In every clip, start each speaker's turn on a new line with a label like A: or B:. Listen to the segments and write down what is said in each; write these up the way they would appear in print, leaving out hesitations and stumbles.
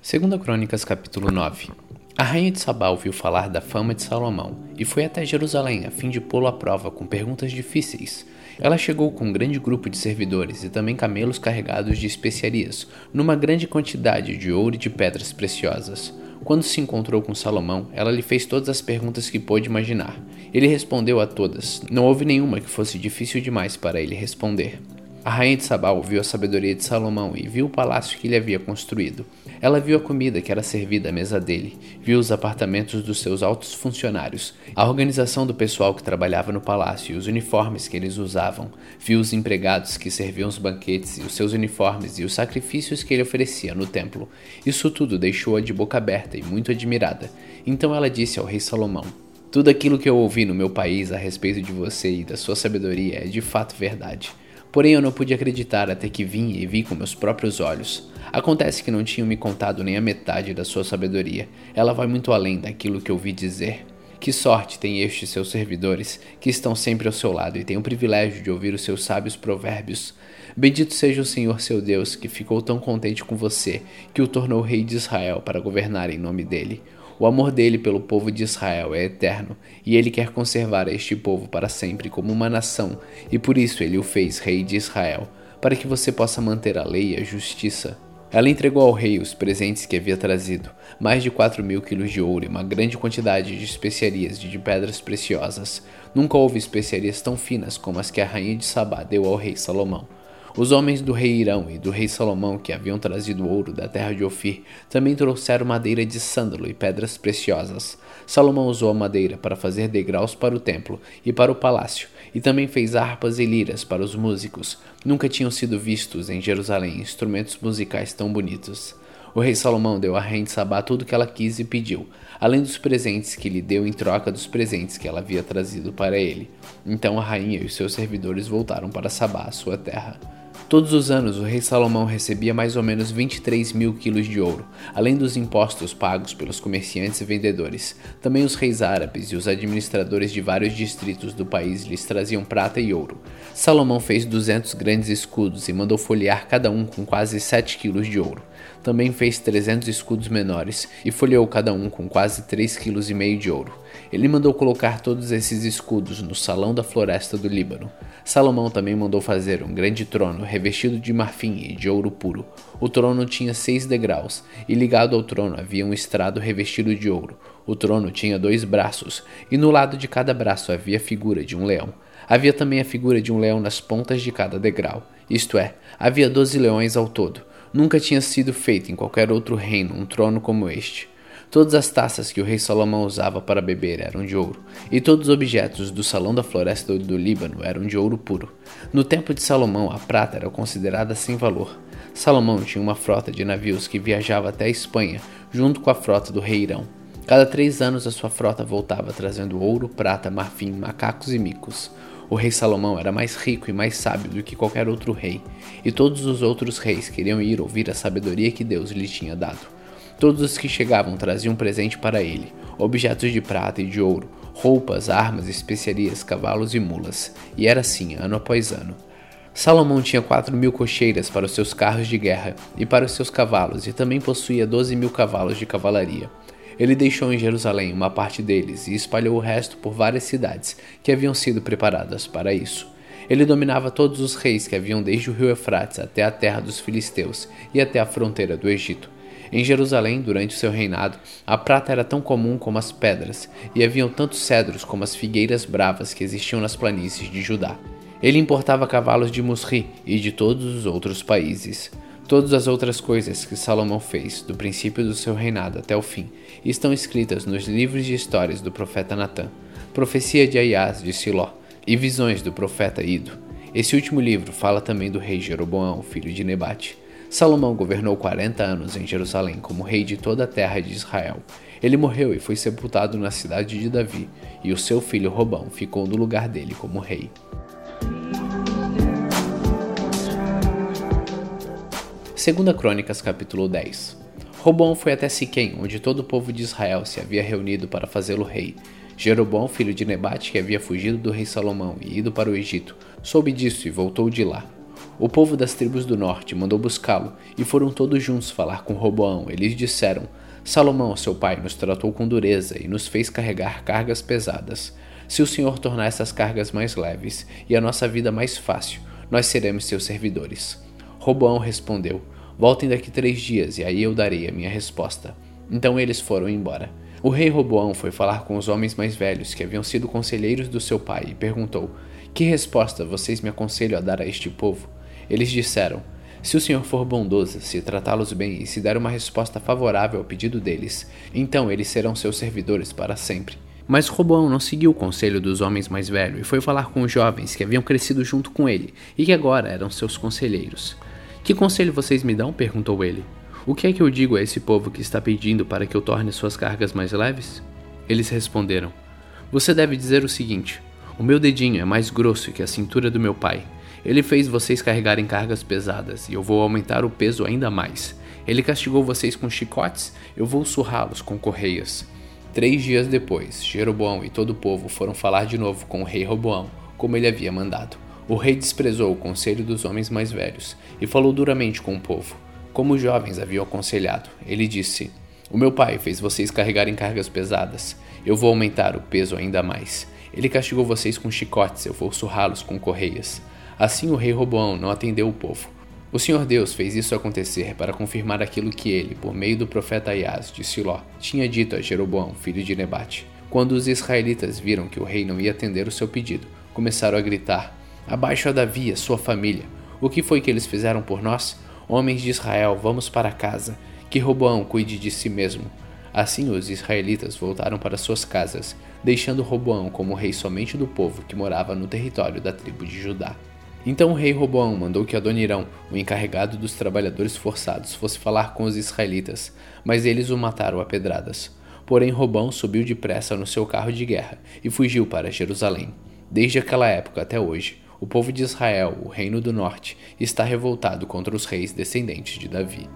A: Segunda Crônicas capítulo 9. A rainha de Sabá ouviu falar da fama de Salomão e foi até Jerusalém a fim de pô-lo à prova com perguntas difíceis. Ela chegou com um grande grupo de servidores e também camelos carregados de especiarias, numa grande quantidade de ouro e de pedras preciosas. Quando se encontrou com Salomão, ela lhe fez todas as perguntas que pôde imaginar. Ele respondeu a todas. Não houve nenhuma que fosse difícil demais para ele responder. A rainha de Sabá ouviu a sabedoria de Salomão e viu o palácio que ele havia construído. Ela viu a comida que era servida à mesa dele, viu os apartamentos dos seus altos funcionários, a organização do pessoal que trabalhava no palácio e os uniformes que eles usavam, viu os empregados que serviam os banquetes e os seus uniformes e os sacrifícios que ele oferecia no templo. Isso tudo deixou-a de boca aberta e muito admirada. Então ela disse ao rei Salomão: "Tudo aquilo que eu ouvi no meu país a respeito de você e da sua sabedoria é de fato verdade. Porém eu não pude acreditar até que vim e vi com meus próprios olhos. Acontece que não tinham me contado nem a metade da sua sabedoria. Ela vai muito além daquilo que ouvi dizer. Que sorte tem estes seus servidores, que estão sempre ao seu lado e têm o privilégio de ouvir os seus sábios provérbios. Bendito seja o Senhor seu Deus, que ficou tão contente com você, que o tornou rei de Israel para governar em nome dele. O amor dele pelo povo de Israel é eterno, e ele quer conservar este povo para sempre como uma nação, e por isso ele o fez rei de Israel, para que você possa manter a lei e a justiça." Ela entregou ao rei os presentes que havia trazido, mais de 4.000 quilos de ouro e uma grande quantidade de especiarias e de pedras preciosas. Nunca houve especiarias tão finas como as que a rainha de Sabá deu ao rei Salomão. Os homens do rei Irão e do rei Salomão, que haviam trazido ouro da terra de Ofir, também trouxeram madeira de sândalo e pedras preciosas. Salomão usou a madeira para fazer degraus para o templo e para o palácio, e também fez harpas e liras para os músicos. Nunca tinham sido vistos em Jerusalém instrumentos musicais tão bonitos. O rei Salomão deu à rainha de Sabá tudo o que ela quis e pediu, além dos presentes que lhe deu em troca dos presentes que ela havia trazido para ele. Então a rainha e os seus servidores voltaram para Sabá, sua terra. Todos os anos, o rei Salomão recebia mais ou menos 23.000 quilos de ouro, além dos impostos pagos pelos comerciantes e vendedores. Também os reis árabes e os administradores de vários distritos do país lhes traziam prata e ouro. Salomão fez 200 grandes escudos e mandou folhear cada um com quase 7 quilos de ouro. Também fez 300 escudos menores e folheou cada um com quase 3,5 quilos de ouro. Ele mandou colocar todos esses escudos no salão da floresta do Líbano. Salomão também mandou fazer um grande trono revestido de marfim e de ouro puro. O trono tinha 6 degraus, e ligado ao trono havia um estrado revestido de ouro. O trono tinha 2 braços, e no lado de cada braço havia a figura de um leão. Havia também a figura de um leão nas pontas de cada degrau, isto é, havia 12 leões ao todo. Nunca tinha sido feito em qualquer outro reino um trono como este. Todas as taças que o rei Salomão usava para beber eram de ouro, e todos os objetos do salão da floresta do Líbano eram de ouro puro. No tempo de Salomão, a prata era considerada sem valor. Salomão tinha uma frota de navios que viajava até a Espanha, junto com a frota do rei Irão. Cada 3 anos a sua frota voltava trazendo ouro, prata, marfim, macacos e micos. O rei Salomão era mais rico e mais sábio do que qualquer outro rei, e todos os outros reis queriam ir ouvir a sabedoria que Deus lhe tinha dado. Todos os que chegavam traziam presente para ele, objetos de prata e de ouro, roupas, armas, especiarias, cavalos e mulas, e era assim ano após ano. Salomão tinha 4.000 cocheiras para os seus carros de guerra e para os seus cavalos, e também possuía 12.000 cavalos de cavalaria. Ele deixou em Jerusalém uma parte deles e espalhou o resto por várias cidades que haviam sido preparadas para isso. Ele dominava todos os reis que haviam desde o rio Eufrates até a terra dos filisteus e até a fronteira do Egito. Em Jerusalém, durante o seu reinado, a prata era tão comum como as pedras, e haviam tantos cedros como as figueiras bravas que existiam nas planícies de Judá. Ele importava cavalos de Musri e de todos os outros países. Todas as outras coisas que Salomão fez, do princípio do seu reinado até o fim, estão escritas nos livros de histórias do profeta Natã, profecia de Aias de Siló e visões do profeta Ido. Esse último livro fala também do rei Jeroboão, filho de Nebate. Salomão governou 40 anos em Jerusalém como rei de toda a terra de Israel. Ele morreu e foi sepultado na cidade de Davi, e o seu filho Robão ficou no lugar dele como rei. Segunda Crônicas capítulo 10. Robão foi até Siquém, onde todo o povo de Israel se havia reunido para fazê-lo rei. Jeroboão, filho de Nebate, que havia fugido do rei Salomão e ido para o Egito, soube disso e voltou de lá. O povo das tribos do norte mandou buscá-lo, e foram todos juntos falar com Roboão. Eles disseram: Salomão, seu pai, nos tratou com dureza e nos fez carregar cargas pesadas. Se o Senhor tornar essas cargas mais leves e a nossa vida mais fácil, nós seremos seus servidores. Roboão respondeu: Voltem daqui 3 dias, e aí eu darei a minha resposta. Então eles foram embora. O rei Roboão foi falar com os homens mais velhos, que haviam sido conselheiros do seu pai, e perguntou: Que resposta vocês me aconselham a dar a este povo? Eles disseram: Se o Senhor for bondoso, se tratá-los bem e se der uma resposta favorável ao pedido deles, então eles serão seus servidores para sempre. Mas Roboão não seguiu o conselho dos homens mais velhos e foi falar com os jovens que haviam crescido junto com ele e que agora eram seus conselheiros. Que conselho vocês me dão? Perguntou ele. O que é que eu digo a esse povo que está pedindo para que eu torne suas cargas mais leves? Eles responderam: Você deve dizer o seguinte: O meu dedinho é mais grosso que a cintura do meu pai. Ele fez vocês carregarem cargas pesadas e eu vou aumentar o peso ainda mais. Ele castigou vocês com chicotes, eu vou surrá-los com correias. 3 dias depois, Jeroboão e todo o povo foram falar de novo com o rei Roboão, como ele havia mandado. O rei desprezou o conselho dos homens mais velhos e falou duramente com o povo, como os jovens haviam aconselhado. Ele disse: O meu pai fez vocês carregarem cargas pesadas, eu vou aumentar o peso ainda mais. Ele castigou vocês com chicotes, eu vou surrá-los com correias. Assim o rei Roboão não atendeu o povo. O Senhor Deus fez isso acontecer para confirmar aquilo que ele, por meio do profeta Aias de Siló, tinha dito a Jeroboão, filho de Nebate. Quando os israelitas viram que o rei não ia atender o seu pedido, começaram a gritar: Abaixo a Davi e a sua família. O que foi que eles fizeram por nós? Homens de Israel, vamos para casa. Que Roboão cuide de si mesmo. Assim os israelitas voltaram para suas casas, deixando Roboão como rei somente do povo que morava no território da tribo de Judá. Então o rei Roboão mandou que Adonirão, o encarregado dos trabalhadores forçados, fosse falar com os israelitas, mas eles o mataram a pedradas. Porém Roboão subiu depressa no seu carro de guerra e fugiu para Jerusalém. Desde aquela época até hoje, o povo de Israel, o reino do norte, está revoltado contra os reis descendentes de Davi.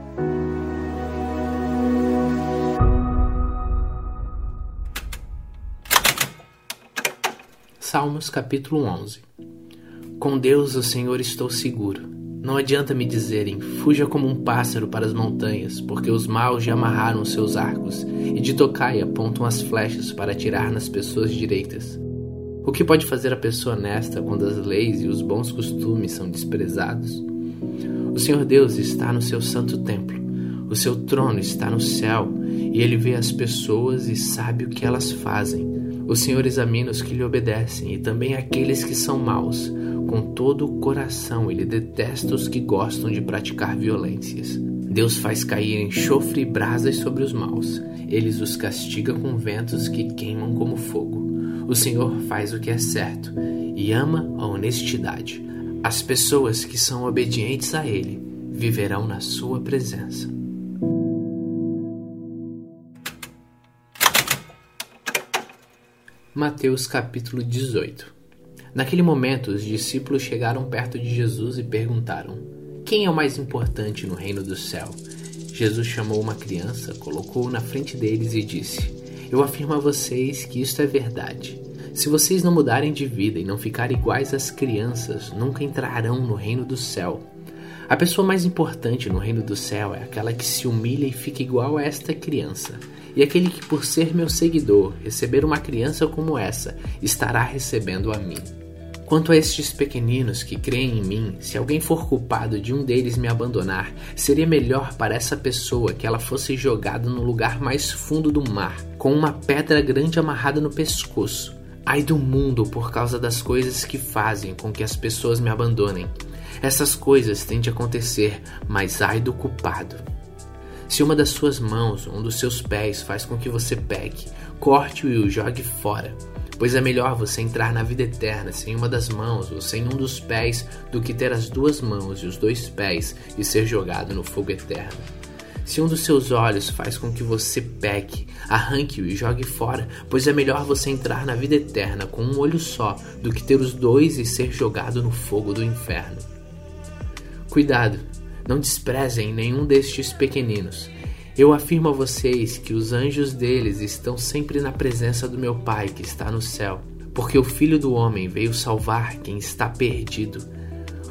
B: Salmos capítulo 11. Com Deus, o Senhor, estou seguro. Não adianta me dizerem: fuja como um pássaro para as montanhas, porque os maus já amarraram os seus arcos e de tocaia apontam as flechas para atirar nas pessoas direitas. O que pode fazer a pessoa honesta quando as leis e os bons costumes são desprezados? O Senhor Deus está no seu santo templo. O seu trono está no céu e ele vê as pessoas e sabe o que elas fazem. O Senhor examina os que lhe obedecem e também aqueles que são maus. Com todo o coração ele detesta os que gostam de praticar violências. Deus faz cair enxofre e brasas sobre os maus. Ele os castiga com ventos que queimam como fogo. O Senhor faz o que é certo e ama a honestidade. As pessoas que são obedientes a ele viverão na sua presença. Mateus capítulo 18. Naquele momento, os discípulos chegaram perto de Jesus e perguntaram: Quem é o mais importante no reino do céu? Jesus chamou uma criança, colocou-o na frente deles e disse: Eu afirmo a vocês que isto é verdade. Se vocês não mudarem de vida e não ficarem iguais às crianças, nunca entrarão no reino do céu. A pessoa mais importante no reino do céu é aquela que se humilha e fica igual a esta criança. E aquele que, por ser meu seguidor, receber uma criança como essa, estará recebendo a mim. Quanto a estes pequeninos que creem em mim, se alguém for culpado de um deles me abandonar, seria melhor para essa pessoa que ela fosse jogada no lugar mais fundo do mar, com uma pedra grande amarrada no pescoço. Ai do mundo por causa das coisas que fazem com que as pessoas me abandonem. Essas coisas têm de acontecer, mas ai do culpado. Se uma das suas mãos ou um dos seus pés faz com que você peque, corte-o e o jogue fora. Pois é melhor você entrar na vida eterna sem uma das mãos ou sem um dos pés do que ter as 2 mãos e os 2 pés e ser jogado no fogo eterno. Se um dos seus olhos faz com que você peque, arranque-o e jogue fora, pois é melhor você entrar na vida eterna com um olho só do que ter os 2 e ser jogado no fogo do inferno. Cuidado, não desprezem nenhum destes pequeninos. Eu afirmo a vocês que os anjos deles estão sempre na presença do meu Pai que está no céu, porque o Filho do Homem veio salvar quem está perdido.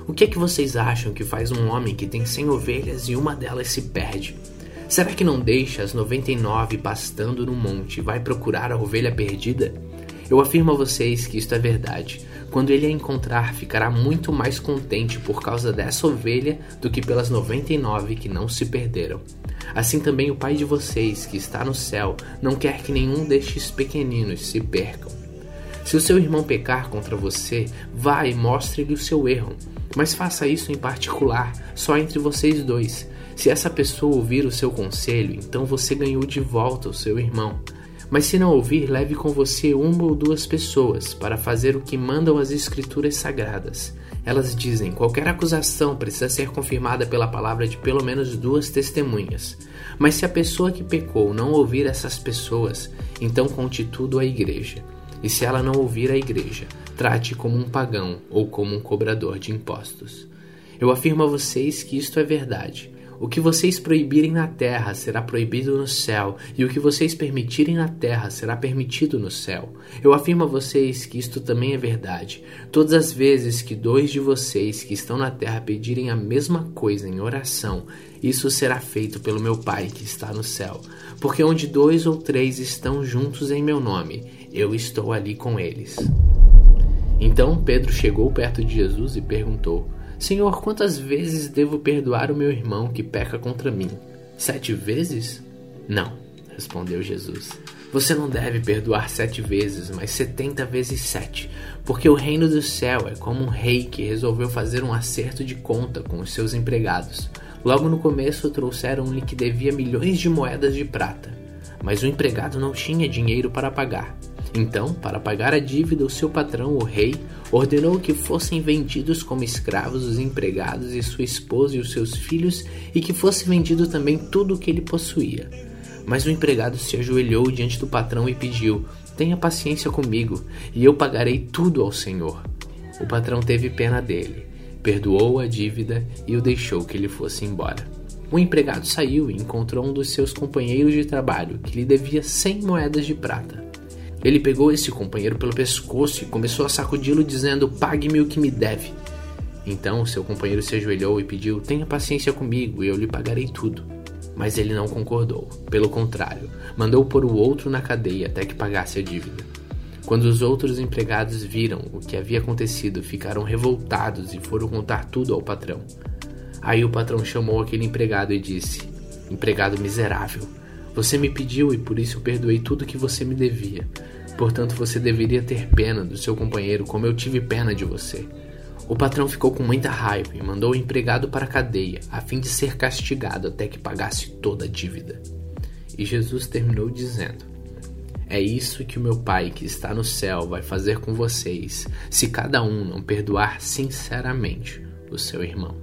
B: O que é que vocês acham que faz um homem que tem 100 ovelhas e uma delas se perde? Será que não deixa as 99 pastando no monte e vai procurar a ovelha perdida? Eu afirmo a vocês que isto é verdade. Quando ele a encontrar, ficará muito mais contente por causa dessa ovelha do que pelas 99 que não se perderam. Assim também o Pai de vocês, que está no céu, não quer que nenhum destes pequeninos se percam. Se o seu irmão pecar contra você, vá e mostre-lhe o seu erro. Mas faça isso em particular, só entre vocês dois. Se essa pessoa ouvir o seu conselho, então você ganhou de volta o seu irmão. Mas se não ouvir, leve com você 1 ou 2 pessoas para fazer o que mandam as Escrituras Sagradas. Elas dizem: qualquer acusação precisa ser confirmada pela palavra de pelo menos 2 testemunhas. Mas se a pessoa que pecou não ouvir essas pessoas, então conte tudo à igreja. E se ela não ouvir a igreja, trate como um pagão ou como um cobrador de impostos. Eu afirmo a vocês que isto é verdade. O que vocês proibirem na terra será proibido no céu, e o que vocês permitirem na terra será permitido no céu. Eu afirmo a vocês que isto também é verdade. Todas as vezes que 2 de vocês que estão na terra pedirem a mesma coisa em oração, isso será feito pelo meu Pai que está no céu. Porque onde 2 ou 3 estão juntos em meu nome, eu estou ali com eles. Então Pedro chegou perto de Jesus e perguntou: Senhor, quantas vezes devo perdoar o meu irmão que peca contra mim? 7 vezes? Não, respondeu Jesus. Você não deve perdoar 7 vezes, mas 70 vezes 7, porque o reino do céu é como um rei que resolveu fazer um acerto de conta com os seus empregados. Logo no começo trouxeram-lhe que devia milhões de moedas de prata, mas o empregado não tinha dinheiro para pagar. Então, para pagar a dívida, o seu patrão, o rei, ordenou que fossem vendidos como escravos os empregados e sua esposa e os seus filhos, e que fosse vendido também tudo o que ele possuía. Mas o empregado se ajoelhou diante do patrão e pediu: tenha paciência comigo, e eu pagarei tudo ao Senhor. O patrão teve pena dele, perdoou a dívida e o deixou que ele fosse embora. O empregado saiu e encontrou um dos seus companheiros de trabalho, que lhe devia 100 moedas de prata. Ele pegou esse companheiro pelo pescoço e começou a sacudi-lo, dizendo: pague-me o que me deve. Então seu companheiro se ajoelhou e pediu: tenha paciência comigo e eu lhe pagarei tudo. Mas ele não concordou. Pelo contrário, mandou pôr o outro na cadeia até que pagasse a dívida. Quando os outros empregados viram o que havia acontecido, ficaram revoltados e foram contar tudo ao patrão. Aí o patrão chamou aquele empregado e disse: empregado miserável, você me pediu e por isso eu perdoei tudo que você me devia. Portanto, você deveria ter pena do seu companheiro como eu tive pena de você. O patrão ficou com muita raiva e mandou o empregado para a cadeia, a fim de ser castigado até que pagasse toda a dívida. E Jesus terminou dizendo: é isso que o meu Pai que está no céu vai fazer com vocês, se cada um não perdoar sinceramente o seu irmão.